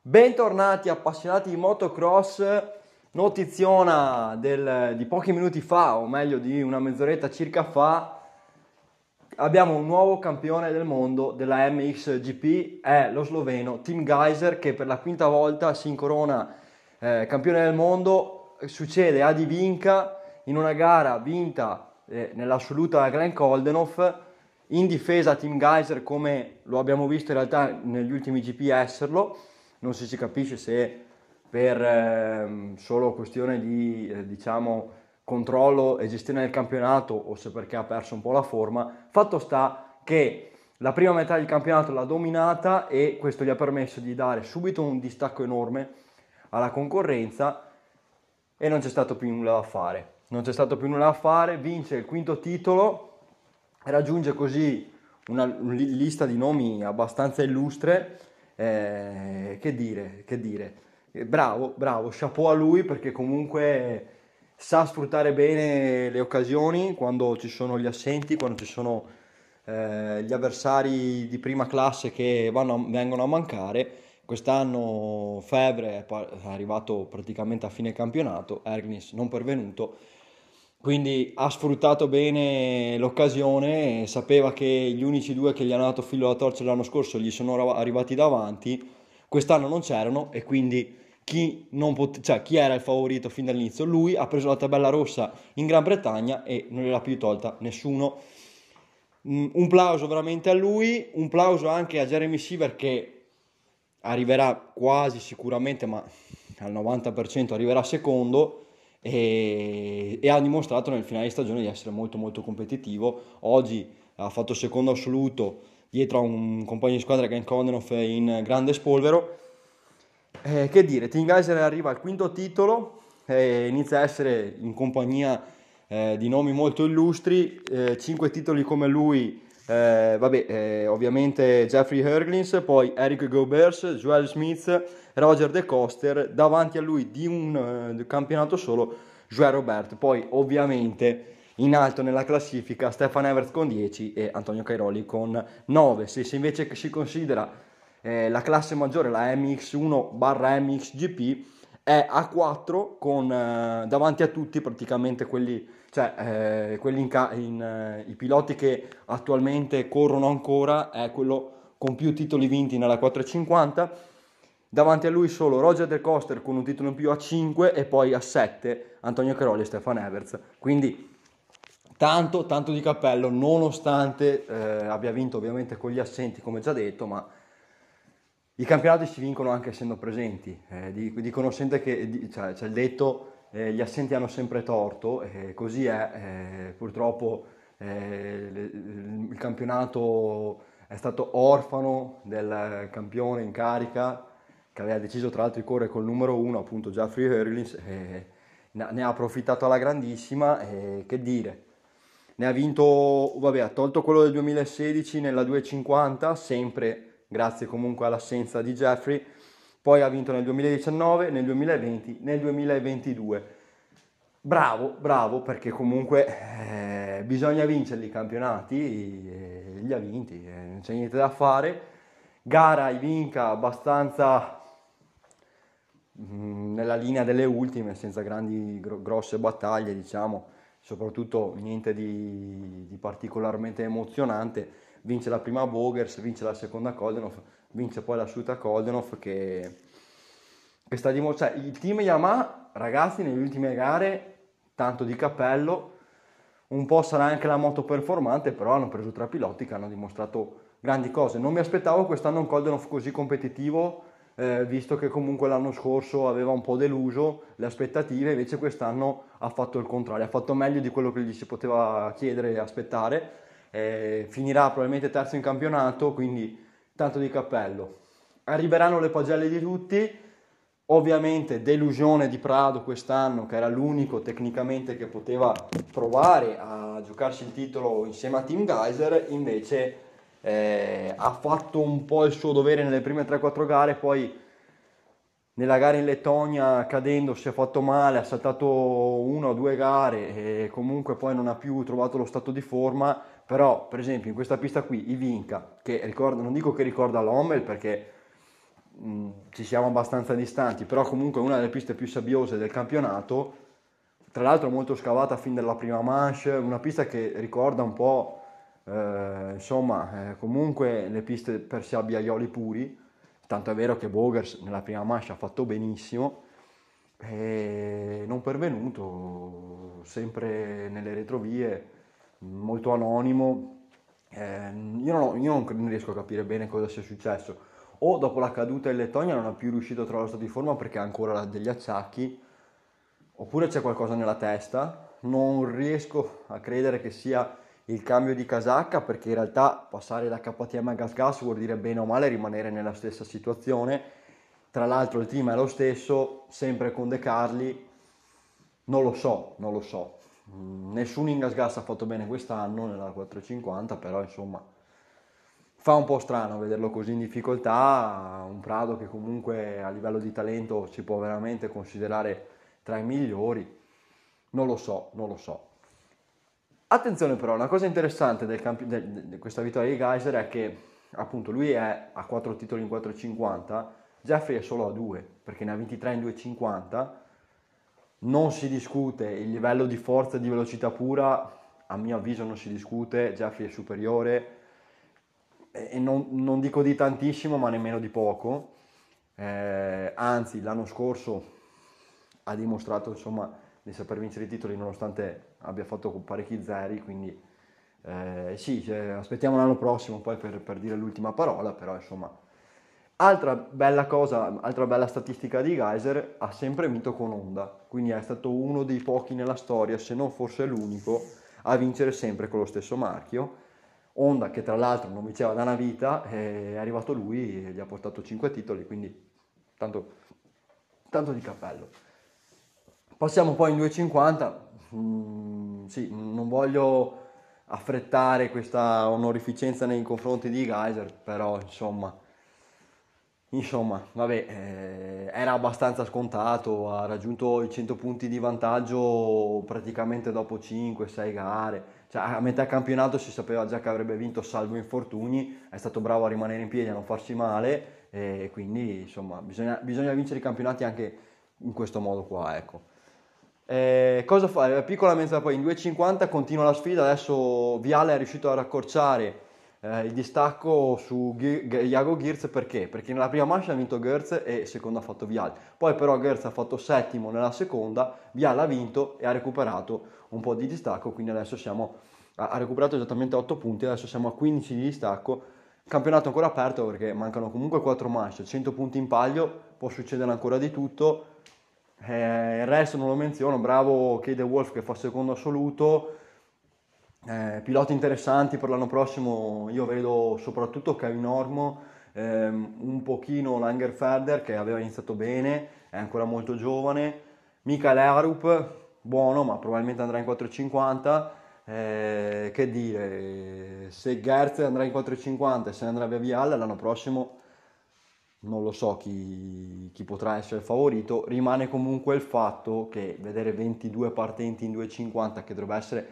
Bentornati appassionati di motocross, notiziona di pochi minuti fa, o meglio di una mezz'oretta circa fa, abbiamo un nuovo campione del mondo della MXGP, è lo sloveno Tim Gajser che per la quinta volta si incorona campione del mondo. Succede a Di Vinca in una gara vinta nell'assoluta da Glenn Coldenhoff. In difesa Tim Gajser, come lo abbiamo visto in realtà negli ultimi GP esserlo, non si capisce se per solo questione di diciamo controllo e gestione del campionato o se perché ha perso un po' la forma. Fatto sta che la prima metà del campionato l'ha dominata e questo gli ha permesso di dare subito un distacco enorme alla concorrenza e non c'è stato più nulla da fare. Non c'è stato più nulla da fare, vince il quinto titolo, raggiunge così una lista di nomi abbastanza illustre. Che dire. Bravo, chapeau a lui perché comunque sa sfruttare bene le occasioni quando ci sono gli assenti, quando ci sono gli avversari di prima classe che vengono a mancare. Quest'anno Febvre è arrivato praticamente a fine campionato, Ergnis non pervenuto, quindi ha sfruttato bene l'occasione, sapeva che gli unici due che gli hanno dato filo alla torcia l'anno scorso gli sono arrivati davanti, quest'anno non c'erano e quindi chi era il favorito fin dall'inizio? Lui ha preso la tabella rossa in Gran Bretagna e non gliel'ha più tolta nessuno. Un plauso veramente a lui, un plauso anche a Jeremy Seaver che arriverà quasi sicuramente, ma al 90% arriverà secondo e ha dimostrato nel finale di stagione di essere molto molto competitivo. Oggi ha fatto secondo assoluto dietro a un compagno di squadra, Glenn Coldenhoff, in grande spolvero. Che dire, Tim Gajser arriva al quinto titolo e inizia a essere in compagnia di nomi molto illustri, 5 titoli come lui, ovviamente Jeffrey Herglins, poi Eric Gobers, Joel Smith, Roger De Coster, davanti a lui di un campionato solo Joel Robert, poi ovviamente in alto nella classifica Stefan Everts con 10 e Antonio Cairoli con 9. Se invece si considera la classe maggiore, la MX1/MXGP, è a 4 con davanti a tutti praticamente quelli, cioè i piloti che attualmente corrono ancora, è quello con più titoli vinti nella 450. Davanti a lui solo Roger De Coster con un titolo in più a 5 e poi a 7 Antonio Cairoli e Stefan Everts. Quindi tanto di cappello, nonostante abbia vinto ovviamente con gli assenti come già detto, ma i campionati si vincono anche essendo presenti. Dicono sempre che c'è il detto gli assenti hanno sempre torto, così è. Purtroppo il campionato è stato orfano del campione in carica che aveva deciso tra l'altro di correre col numero 1, appunto Jeffrey Herlings, ne ha approfittato alla grandissima. Che dire, ne ha vinto, ha tolto quello del 2016 nella 250, sempre grazie comunque all'assenza di Jeffrey, poi ha vinto nel 2019, nel 2020, nel 2022. Bravo, perché comunque bisogna vincerli i campionati, li ha vinti, non c'è niente da fare. Gara i vinca abbastanza nella linea delle ultime, senza grosse battaglie, diciamo, soprattutto niente di particolarmente emozionante. Vince la prima Bogers, vince la seconda Coldenhoff, vince poi l'assoluta Coldenhoff che sta dimostrando, cioè il team Yamaha, ragazzi, nelle ultime gare tanto di cappello. Un po' sarà anche la moto performante, però hanno preso 3 piloti che hanno dimostrato grandi cose. Non mi aspettavo quest'anno un Coldenhoff così competitivo, visto che comunque l'anno scorso aveva un po' deluso le aspettative, invece quest'anno ha fatto il contrario, ha fatto meglio di quello che gli si poteva chiedere e aspettare. Finirà probabilmente terzo in campionato, quindi tanto di cappello. Arriveranno le pagelle di tutti, ovviamente delusione di Prado quest'anno, che era l'unico tecnicamente che poteva provare a giocarsi il titolo insieme a Tim Gajser, invece ha fatto un po' il suo dovere nelle prime 3-4 gare, poi nella gara in Lettonia cadendo si è fatto male, ha saltato 1 o 2 gare e comunque poi non ha più trovato lo stato di forma. Però per esempio in questa pista qui Ivinca, che ricorda, non dico che ricorda l'Hommel perché ci siamo abbastanza distanti, però comunque è una delle piste più sabbiose del campionato, tra l'altro molto scavata fin dalla prima manche, una pista che ricorda un po', comunque le piste per sabbiaioli puri, tanto è vero che Bogers nella prima manche ha fatto benissimo, e non pervenuto, sempre nelle retrovie, molto anonimo. Io non riesco a capire bene cosa sia successo. O dopo la caduta in Lettonia non è più riuscito a trovare lo stato di forma perché ha ancora degli acciacchi, oppure c'è qualcosa nella testa. Non riesco a credere che sia il cambio di casacca, perché in realtà passare da KTM a GasGas vuol dire bene o male rimanere nella stessa situazione. Tra l'altro il team è lo stesso, sempre con De Carli. Non lo so, non lo so. Nessuno in GasGas ha fatto bene quest'anno nella 450, però insomma fa un po' strano vederlo così in difficoltà. Un Prado che comunque a livello di talento si può veramente considerare tra i migliori. Non lo so, non lo so. Attenzione però, una cosa interessante di questa vittoria di Geyser è che appunto lui è a 4 titoli in 450, Jeffrey è solo a 2 perché ne ha 23 in 250. Non si discute il livello di forza e di velocità pura, a mio avviso non si discute, Jeffrey è superiore e non dico di tantissimo ma nemmeno di poco. Anzi l'anno scorso ha dimostrato insomma di saper vincere i titoli nonostante abbia fatto parecchi zeri, quindi sì, aspettiamo l'anno prossimo poi per dire l'ultima parola, però insomma. Altra bella cosa, altra bella statistica di Geyser, ha sempre vinto con Honda, quindi è stato uno dei pochi nella storia, se non forse l'unico, a vincere sempre con lo stesso marchio. Honda che tra l'altro non vinceva da una vita, è arrivato lui e gli ha portato 5 titoli, quindi tanto, tanto di cappello. Passiamo poi in 250, sì, non voglio affrettare questa onorificenza nei confronti di Geyser, però insomma, vabbè, era abbastanza scontato, ha raggiunto i 100 punti di vantaggio praticamente dopo 5-6 gare, cioè a metà campionato si sapeva già che avrebbe vinto salvo infortuni, è stato bravo a rimanere in piedi, a non farsi male e quindi insomma bisogna vincere i campionati anche in questo modo qua, ecco. Cosa fare? Piccola mezza poi in 2,50 continua la sfida, adesso Viale è riuscito a raccorciare il distacco su Jago Girz perché? Perché nella prima manche ha vinto Girz e seconda ha fatto Viale, poi però Girz ha fatto settimo nella seconda, Viale ha vinto e ha recuperato un po' di distacco, quindi adesso ha recuperato esattamente 8 punti, adesso siamo a 15 di distacco, campionato ancora aperto perché mancano comunque 4 manche, 100 punti in palio, può succedere ancora di tutto. Il resto non lo menziono, bravo Cade Wolf che fa secondo assoluto. Piloti interessanti per l'anno prossimo, io vedo soprattutto Kevin Ormo, un pochino Langerfelder che aveva iniziato bene, è ancora molto giovane, Michael Arup, buono ma probabilmente andrà in 450, che dire, se Gerz andrà in 450 e se ne andrà via Viale l'anno prossimo non lo so chi potrà essere il favorito, rimane comunque il fatto che vedere 22 partenti in 2,50 che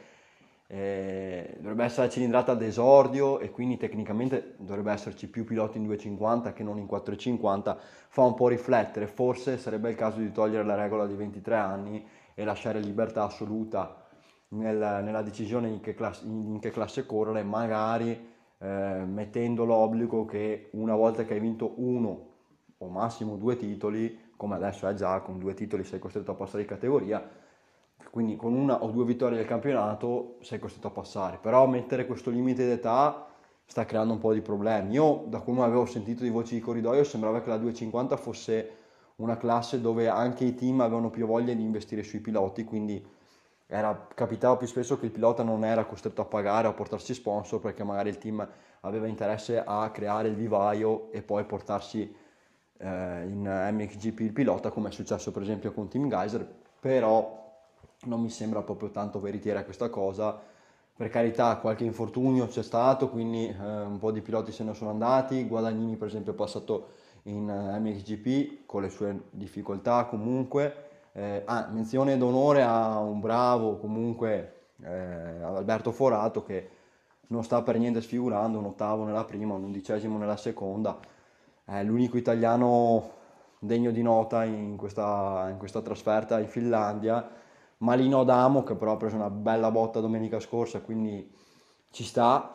dovrebbe essere la cilindrata d'esordio e quindi tecnicamente dovrebbe esserci più piloti in 2,50 che non in 4,50, fa un po' riflettere, forse sarebbe il caso di togliere la regola di 23 anni e lasciare libertà assoluta nella decisione in che classe correre, magari mettendo l'obbligo che una volta che hai vinto uno o massimo 2 titoli, come adesso è già, con 2 titoli sei costretto a passare di categoria, quindi con 1 o 2 vittorie del campionato sei costretto a passare, però mettere questo limite d'età sta creando un po' di problemi. Io da come avevo sentito di voci di corridoio sembrava che la 250 fosse una classe dove anche i team avevano più voglia di investire sui piloti, quindi capitava più spesso che il pilota non era costretto a pagare o a portarsi sponsor perché magari il team aveva interesse a creare il vivaio e poi portarsi in MXGP il pilota, come è successo per esempio con Team Geyser, però non mi sembra proprio tanto veritiera questa cosa. Per carità, qualche infortunio c'è stato, quindi un po' di piloti se ne sono andati. Guadagnini per esempio è passato in MXGP con le sue difficoltà comunque. Menzione d'onore a un bravo comunque Alberto Forato che non sta per niente sfigurando, un ottavo nella prima, un 11° nella seconda, è l'unico italiano degno di nota in questa trasferta in Finlandia. Malino Adamo, che però ha preso una bella botta domenica scorsa, quindi ci sta,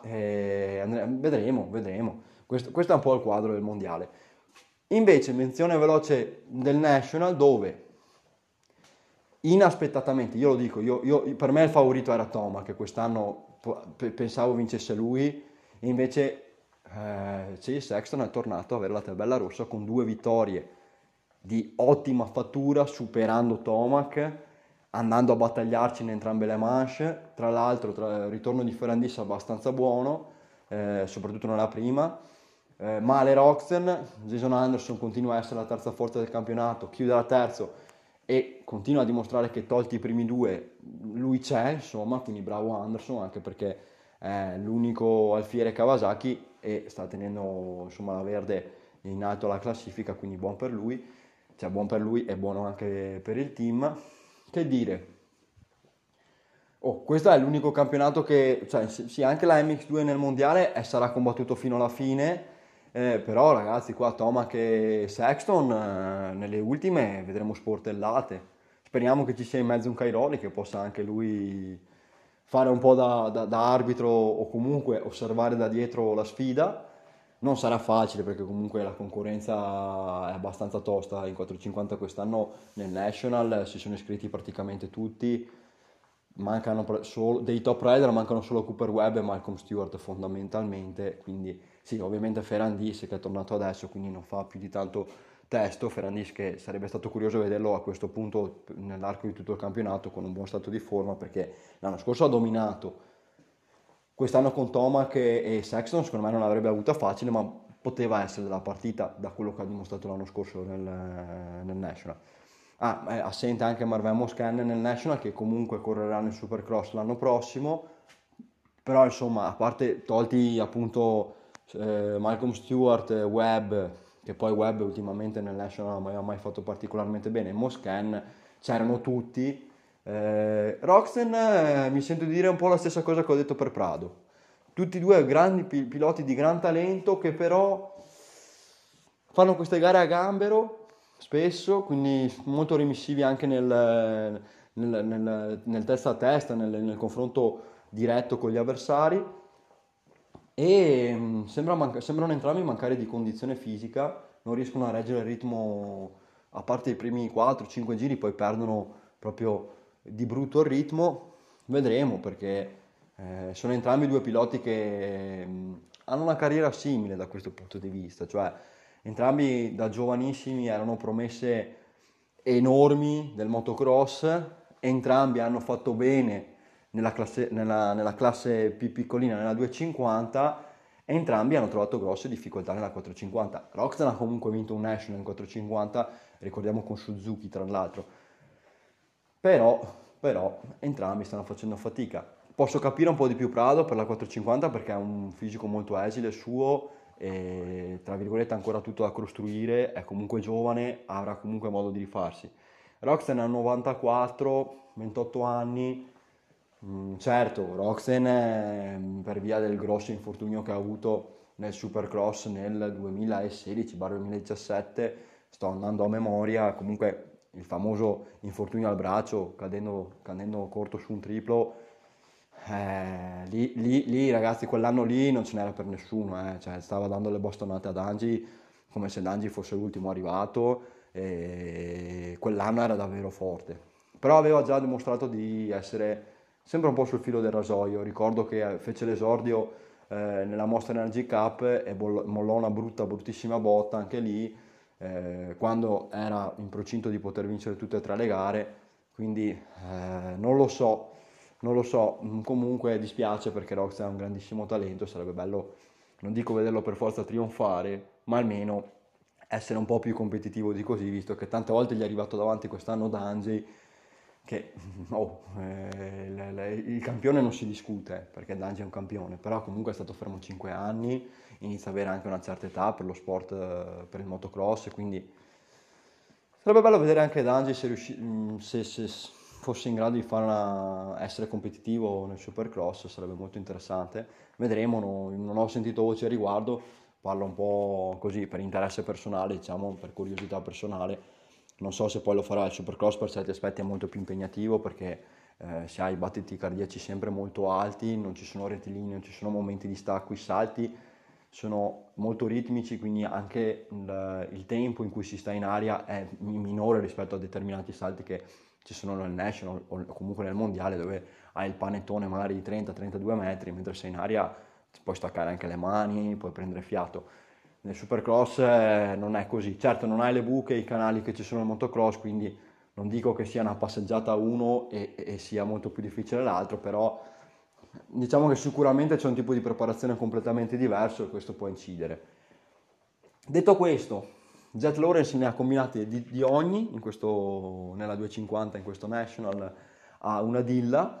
vedremo. Questo è un po' il quadro del mondiale. Invece, menzione veloce del National, dove inaspettatamente, io lo dico, per me il favorito era Toma, che quest'anno pensavo vincesse lui, e invece Chase Sexton è tornato ad avere la tabella rossa con 2 vittorie di ottima fattura, superando Tomac, andando a battagliarci in entrambe le manche. Tra l'altro, il ritorno di Ferrandis abbastanza buono, soprattutto nella prima. Male Roxen, Jason Anderson continua a essere la terza forza del campionato, chiude la terzo e continua a dimostrare che tolti i primi due lui c'è, insomma, quindi bravo Anderson, anche perché è l'unico alfiere Kawasaki e sta tenendo, insomma, la verde in alto alla classifica, quindi buon per lui, cioè buon per lui e buono anche per il team. Che dire? Oh, questo è l'unico campionato che, cioè sì, anche la MX2 nel mondiale sarà combattuto fino alla fine, però ragazzi qua Tomac e Sexton nelle ultime vedremo sportellate. Speriamo che ci sia in mezzo un Cairoli che possa anche lui fare un po' da arbitro o comunque osservare da dietro la sfida. Non sarà facile perché comunque la concorrenza è abbastanza tosta. In 450 quest'anno nel National si sono iscritti praticamente tutti. Mancano solo, dei top rider mancano solo Cooper Webb e Malcolm Stewart fondamentalmente, quindi sì, ovviamente Ferrandis che è tornato adesso, quindi non fa più di tanto testo. Ferrandis che sarebbe stato curioso vederlo a questo punto nell'arco di tutto il campionato con un buon stato di forma, perché l'anno scorso ha dominato. Quest'anno con Tomac e Sexton secondo me non l'avrebbe avuta facile, ma poteva essere della partita da quello che ha dimostrato l'anno scorso nel National. È assente anche Marvin Moscan nel National, che comunque correrà nel Supercross l'anno prossimo, però insomma, a parte tolti appunto Malcolm Stewart, Webb, che poi Webb ultimamente nel National non aveva mai fatto particolarmente bene, Moscan, c'erano tutti. Roxen, mi sento di dire un po' la stessa cosa che ho detto per Prado. Tutti e due grandi piloti di gran talento che però fanno queste gare a gambero spesso, quindi molto remissivi anche nel testa a testa, nel confronto diretto con gli avversari e sembrano entrambi mancare di condizione fisica, non riescono a reggere il ritmo a parte i primi 4-5 giri, poi perdono proprio di brutto il ritmo. Vedremo perché sono entrambi due piloti che hanno una carriera simile da questo punto di vista, cioè entrambi da giovanissimi erano promesse enormi del motocross, entrambi hanno fatto bene nella classe più piccolina, nella 250, e entrambi hanno trovato grosse difficoltà nella 450. Roxon ha comunque vinto un National in 450, ricordiamo con Suzuki tra l'altro, però entrambi stanno facendo fatica. Posso capire un po' di più Prado per la 450 perché ha un fisico molto esile suo e tra virgolette ancora tutto da costruire, è comunque giovane, avrà comunque modo di rifarsi. Roxen ha 94, 28 anni. Certo, Roxen per via del grosso infortunio che ha avuto nel Supercross nel 2016-2017, sto andando a memoria, comunque il famoso infortunio al braccio cadendo corto su un triplo, lì, ragazzi, quell'anno lì non ce n'era per nessuno, cioè, stava dando le bastonate a Dangi come se Dangi fosse l'ultimo arrivato e quell'anno era davvero forte. Però aveva già dimostrato di essere sempre un po' sul filo del rasoio. Ricordo che fece l'esordio nella Monster Energy Cup e mollò una bruttissima botta anche lì, quando era in procinto di poter vincere tutte e tre le gare. Quindi non lo so, comunque dispiace perché Rox è un grandissimo talento, sarebbe bello, non dico vederlo per forza trionfare, ma almeno essere un po' più competitivo di così, visto che tante volte gli è arrivato davanti quest'anno Dangi, che il campione non si discute, perché Dangi è un campione, però comunque è stato fermo 5 anni, inizia ad avere anche una certa età per lo sport, per il motocross, quindi sarebbe bello vedere anche Dangi se fosse in grado di essere competitivo nel Supercross, sarebbe molto interessante. Vedremo, non ho sentito voci a riguardo, parlo un po' così per interesse personale, diciamo, per curiosità personale. Non so se poi lo farà il Supercross, per certi aspetti è molto più impegnativo perché se hai battiti cardiaci sempre molto alti, non ci sono rettilinei, non ci sono momenti di stacco, i salti sono molto ritmici, quindi anche il tempo in cui si sta in aria è minore rispetto a determinati salti che ci sono nel National o comunque nel Mondiale, dove hai il panettone magari di 30-32 metri, mentre sei in aria puoi staccare anche le mani, puoi prendere fiato. Nel Supercross non è così. Certo, non hai le buche, i canali che ci sono nel motocross, quindi non dico che sia una passeggiata a uno e sia molto più difficile l'altro, però diciamo che sicuramente c'è un tipo di preparazione completamente diverso e questo può incidere. Detto questo, Jet Lawrence ne ha combinati di ogni nella 250, in questo National, a una Dilla.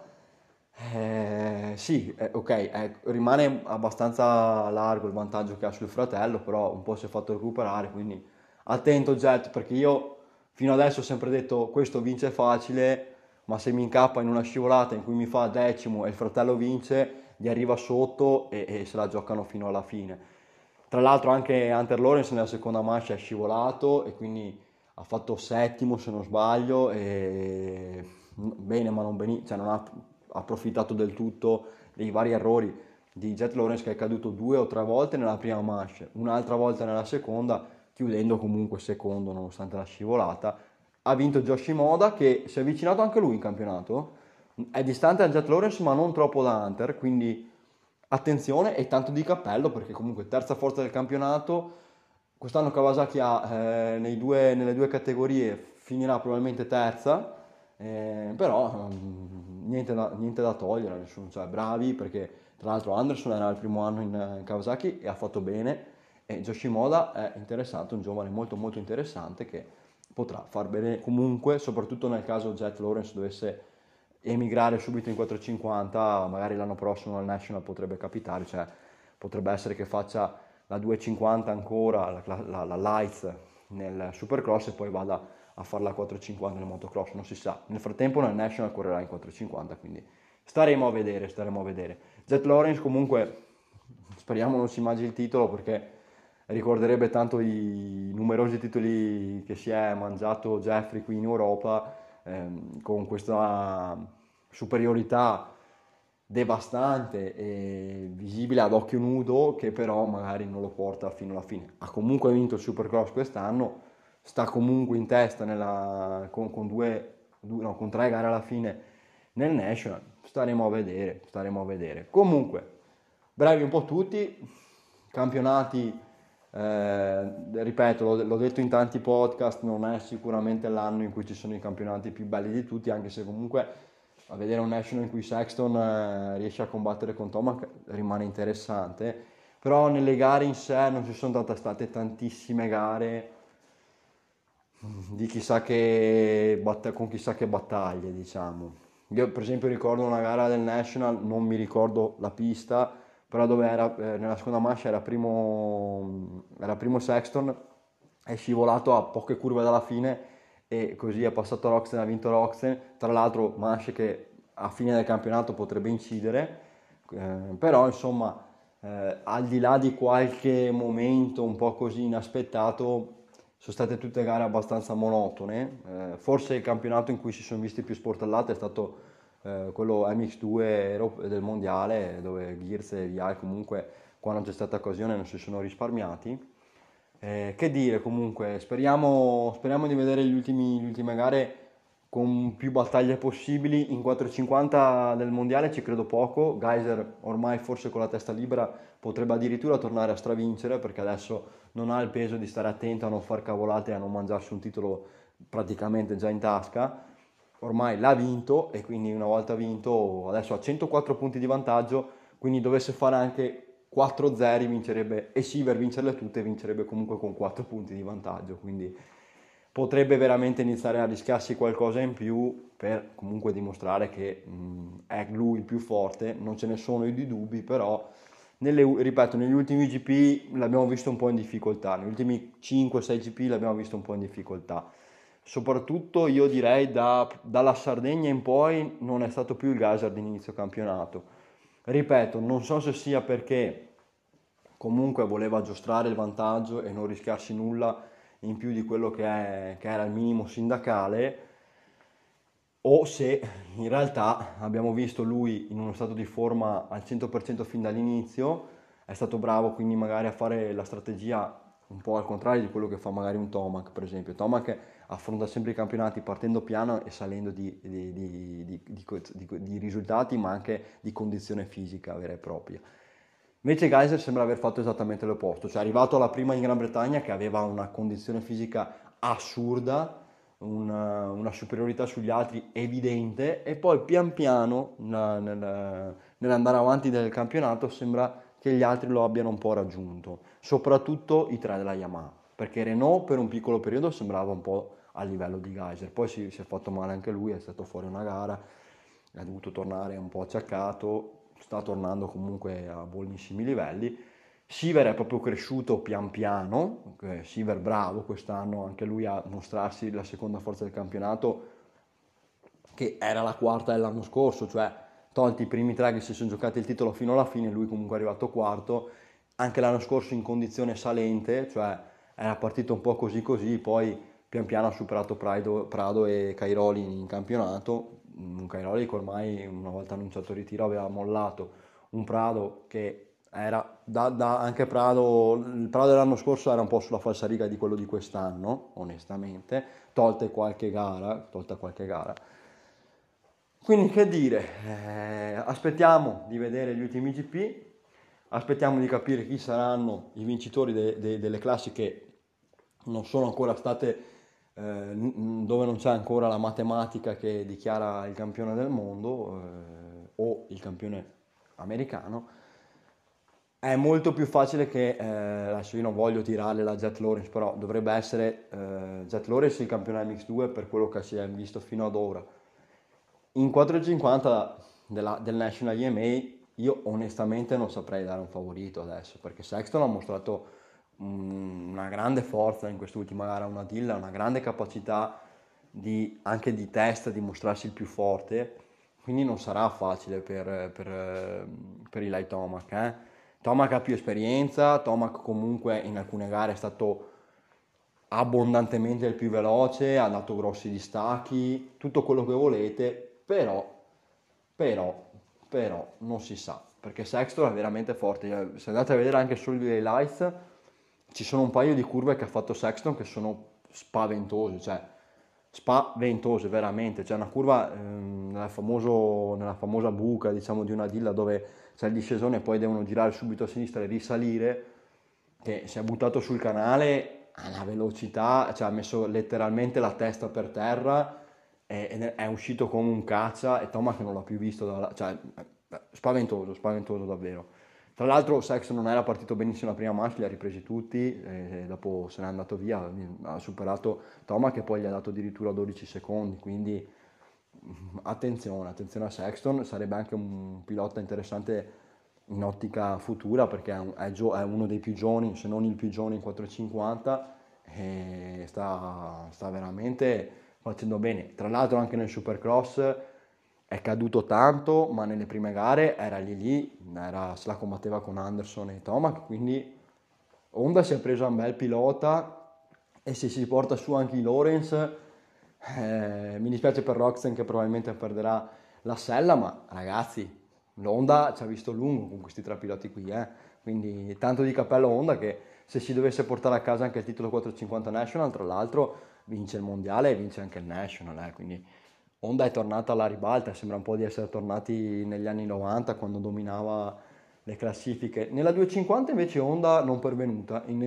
Sì, ok, rimane abbastanza largo il vantaggio che ha sul fratello, però un po' si è fatto recuperare, quindi attento Jet, perché io fino adesso ho sempre detto questo vince facile, ma se mi incappa in una scivolata in cui mi fa decimo e il fratello vince, gli arriva sotto e se la giocano fino alla fine. Tra l'altro anche Hunter Lawrence nella seconda manche è scivolato e quindi ha fatto settimo se non sbaglio, e bene ma non benissimo, cioè non ha approfittato del tutto dei vari errori di Jet Lawrence, che è caduto 2 o 3 volte nella prima manche, un'altra volta nella seconda, chiudendo comunque secondo nonostante la scivolata. Ha vinto Yoshimoda, che si è avvicinato anche lui in campionato, è distante da Jet Lawrence ma non troppo da Hunter, quindi attenzione e tanto di cappello perché comunque terza forza del campionato. Quest'anno Kawasaki ha nelle due categorie finirà probabilmente terza, però niente da togliere, nessuno, cioè bravi, perché tra l'altro Anderson era il primo anno in Kawasaki e ha fatto bene, e Yoshimoda è interessante, un giovane molto molto interessante che potrà far bene comunque, soprattutto nel caso Jet Lawrence dovesse emigrare subito in 450, magari l'anno prossimo al National potrebbe capitare, cioè potrebbe essere che faccia la 250 ancora, la Lights nel Supercross e poi vada a fare la 450 nel motocross, non si sa. Nel frattempo nel National correrà in 450, quindi staremo a vedere, staremo a vedere. Jet Lawrence comunque, speriamo non si mangi il titolo perché ricorderebbe tanto i numerosi titoli che si è mangiato Jeffrey qui in Europa, con questa superiorità devastante e visibile ad occhio nudo, che però magari non lo porta fino alla fine. Ha comunque vinto il Supercross quest'anno, sta comunque in testa con 3 gare alla fine nel National. Staremo a vedere, staremo a vedere. Comunque, bravi un po' tutti, campionati, ripeto, l'ho detto in tanti podcast, non è sicuramente l'anno in cui ci sono i campionati più belli di tutti, anche se comunque a vedere un National in cui Sexton riesce a combattere con Tomac rimane interessante, però nelle gare in sé non ci sono state tantissime gare di con chissà che battaglie, diciamo. Io per esempio ricordo una gara del National, non mi ricordo la pista, però dove era, nella seconda manche era primo Sexton, è scivolato a poche curve dalla fine e così è passato Roxen, ha vinto Roxen, tra l'altro manche che a fine del campionato potrebbe incidere, però insomma al di là di qualche momento un po' così inaspettato sono state tutte gare abbastanza monotone. Forse il campionato in cui si sono visti più sport all'altro è stato quello MX2 del mondiale, dove Gears e VI comunque quando c'è stata occasione non si sono risparmiati. Che dire, comunque speriamo di vedere le ultime gare con più battaglie possibili. In 450 del mondiale ci credo poco. Geyser ormai forse con la testa libera potrebbe addirittura tornare a stravincere, perché adesso non ha il peso di stare attento a non far cavolate e a non mangiarsi un titolo praticamente già in tasca. Ormai l'ha vinto e quindi una volta vinto adesso ha 104 punti di vantaggio, quindi dovesse fare anche 4-0 vincerebbe, e Siver vincerle tutte vincerebbe comunque con 4 punti di vantaggio, quindi potrebbe veramente iniziare a rischiarsi qualcosa in più per comunque dimostrare che è lui il più forte. Non ce ne sono di dubbi, però ripeto, negli ultimi GP l'abbiamo visto un po' in difficoltà, negli ultimi 5-6 GP l'abbiamo visto un po' in difficoltà. Soprattutto io direi dalla Sardegna in poi non è stato più il Geyser di inizio campionato. Ripeto, non so se sia perché comunque voleva giostrare il vantaggio e non rischiarsi nulla in più di quello che era il minimo sindacale, o se in realtà abbiamo visto lui in uno stato di forma al 100% fin dall'inizio, è stato bravo quindi magari a fare la strategia un po' al contrario di quello che fa magari un Tomac, per esempio. Tomac affronta sempre i campionati partendo piano e salendo di risultati, ma anche di condizione fisica vera e propria. Invece Geiser sembra aver fatto esattamente l'opposto, cioè è arrivato alla prima in Gran Bretagna che aveva una condizione fisica assurda, una superiorità sugli altri evidente, e poi pian piano nell'andare avanti del campionato sembra che gli altri lo abbiano un po' raggiunto, soprattutto i tre della Yamaha, perché Renault per un piccolo periodo sembrava un po' a livello di Geiser, poi si è fatto male anche lui, è stato fuori una gara, ha dovuto tornare un po' acciaccato, sta tornando comunque a buonissimi livelli. Siver è proprio cresciuto pian piano, Siver bravo quest'anno anche lui a mostrarsi la seconda forza del campionato, che era la quarta dell'anno scorso, cioè tolti i primi tre che si sono giocati il titolo fino alla fine, lui comunque è arrivato quarto, anche l'anno scorso in condizione salente, cioè era partito un po' così così, poi pian piano ha superato Prado e Cairoli in campionato, un Cairoli che ormai una volta annunciato il ritiro aveva mollato, un Prado che era anche Prado, il Prado dell'anno scorso era un po' sulla falsariga di quello di quest'anno, onestamente, tolta qualche gara. Quindi che dire, aspettiamo di vedere gli ultimi GP, aspettiamo di capire chi saranno i vincitori delle classi che non sono ancora state, dove non c'è ancora la matematica che dichiara il campione del mondo o il campione americano. È molto più facile che, adesso io non voglio tirare la Jet Lawrence, però dovrebbe essere Jet Lawrence il campione MX2 per quello che si è visto fino ad ora. In 450 del National EMA io onestamente non saprei dare un favorito adesso, perché Sexton ha mostrato una grande forza in quest'ultima gara, una Dilla, una grande capacità anche di testa, di mostrarsi il più forte, quindi non sarà facile per Eli Tomac. Tomac ha più esperienza, Tomac comunque in alcune gare è stato abbondantemente il più veloce, ha dato grossi distacchi, tutto quello che volete, però, non si sa, perché Sexton è veramente forte. Se andate a vedere anche solo gli highlights, ci sono un paio di curve che ha fatto Sexton che sono spaventose veramente. C'è una curva nella famosa buca, diciamo, di una dilla dove c'è il discesone e poi devono girare subito a sinistra e risalire, che si è buttato sul canale a una velocità, cioè ha messo letteralmente la testa per terra e è uscito come un caccia, e Thomas che non l'ha più visto, cioè spaventoso davvero. Tra l'altro Sexton non era partito benissimo la prima manche, li ha ripresi tutti e dopo se n'è andato via, ha superato Thomas che poi gli ha dato addirittura 12 secondi, quindi attenzione a Sexton, sarebbe anche un pilota interessante in ottica futura perché è uno dei più giovani, se non il più giovane in 450, e sta veramente facendo bene. Tra l'altro anche nel Supercross è caduto tanto, ma nelle prime gare era lì, se la combatteva con Anderson e Tomac, quindi Honda si è preso un bel pilota, e se si porta su anche i Lawrence, mi dispiace per Roxen che probabilmente perderà la sella, ma ragazzi, l'Honda ci ha visto lungo con questi tre piloti qui, quindi tanto di cappello Honda che se si dovesse portare a casa anche il titolo 450 National, tra l'altro vince il mondiale e vince anche il National, quindi Honda è tornata alla ribalta, sembra un po' di essere tornati negli anni 90 quando dominava le classifiche. Nella 250 invece Honda non pervenuta, in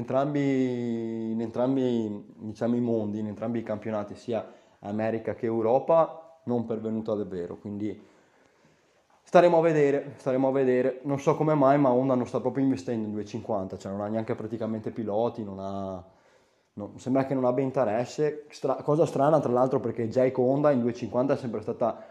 entrambi diciamo, i mondi, in entrambi i campionati, sia America che Europa, non pervenuta davvero, quindi staremo a vedere, non so come mai, ma Honda non sta proprio investendo in 250, cioè non ha neanche praticamente piloti, sembra che non abbia interesse, cosa strana tra l'altro perché Jake Honda in 250 è sempre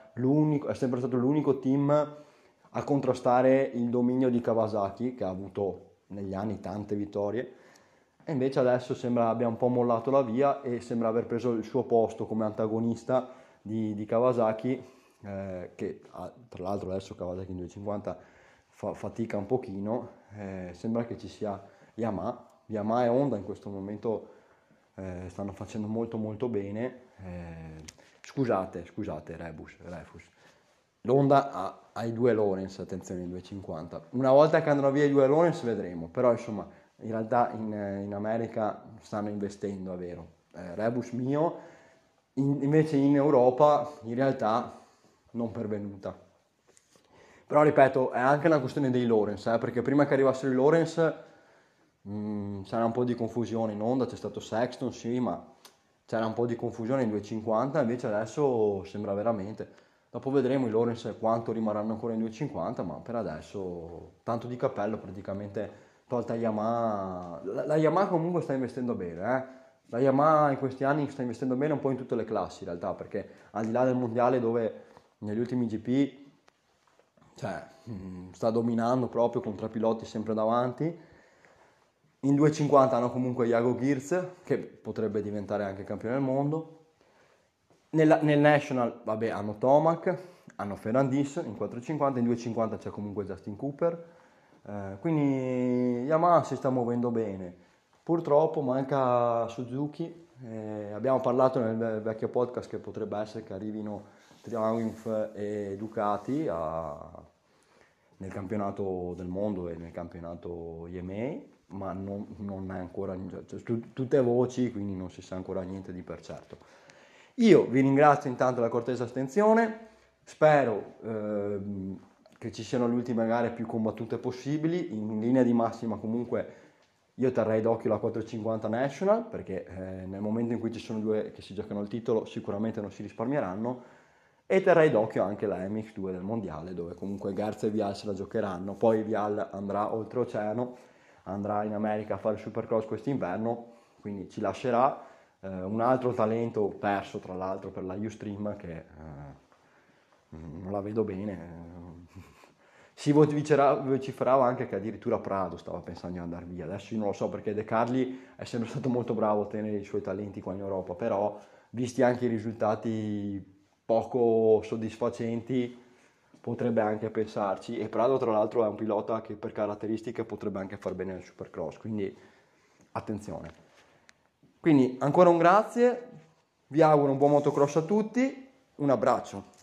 stato l'unico team a contrastare il dominio di Kawasaki, che ha avuto negli anni tante vittorie, e invece adesso sembra abbia un po' mollato la via e sembra aver preso il suo posto come antagonista di Kawasaki, che tra l'altro adesso Kawasaki in 250 fatica un pochino, sembra che ci sia Yamaha e Honda in questo momento stanno facendo molto molto bene. Scusate, Rebus. L'Honda ha i due Lawrence, attenzione, i 250. Una volta che andranno via i due Lawrence vedremo, però insomma in realtà in America stanno investendo, è vero. Rebus mio, invece in Europa in realtà non pervenuta. Però ripeto, è anche una questione dei Lawrence, perché prima che arrivassero i Lawrence c'era un po' di confusione in Honda, c'è stato Sexton, sì, ma c'era un po' di confusione in 250, invece adesso sembra veramente. Dopo vedremo i Lawrence quanto rimarranno ancora in 250, ma per adesso tanto di cappello praticamente tolta Yamaha. La Yamaha comunque sta investendo bene, La Yamaha in questi anni sta investendo bene un po' in tutte le classi in realtà, perché al di là del mondiale dove negli ultimi GP sta dominando proprio con tre piloti sempre davanti. In 250 hanno comunque Jago Girz, che potrebbe diventare anche campione del mondo. Nel National, vabbè, hanno Tomac, hanno Ferrandis in 450, in 250 c'è comunque Justin Cooper. Quindi Yamaha si sta muovendo bene. Purtroppo manca Suzuki. Abbiamo parlato nel vecchio podcast che potrebbe essere che arrivino Triumph e Ducati nel campionato del mondo e nel campionato EMEA, ma non è ancora, cioè, tutte voci, quindi non si sa ancora niente di per certo. Io vi ringrazio intanto della cortese attenzione, spero che ci siano le ultime gare più combattute possibili. In linea di massima comunque io terrei d'occhio la 450 National, perché nel momento in cui ci sono due che si giocano il titolo sicuramente non si risparmieranno, e terrei d'occhio anche la MX2 del mondiale, dove comunque Garza e Vial se la giocheranno. Poi Vial andrà oltreoceano, andrà in America a fare il Supercross quest'inverno, quindi ci lascerà. Un altro talento perso tra l'altro per la Ustream che non la vedo bene. Si vociferava anche che addirittura Prado stava pensando di andare via. Adesso io non lo so, perché De Carli è sempre stato molto bravo a tenere i suoi talenti qua in Europa, però visti anche i risultati poco soddisfacenti potrebbe anche pensarci. E Prado tra l'altro è un pilota che per caratteristiche potrebbe anche far bene nel Supercross, quindi attenzione. Quindi ancora un grazie, vi auguro un buon motocross a tutti, un abbraccio.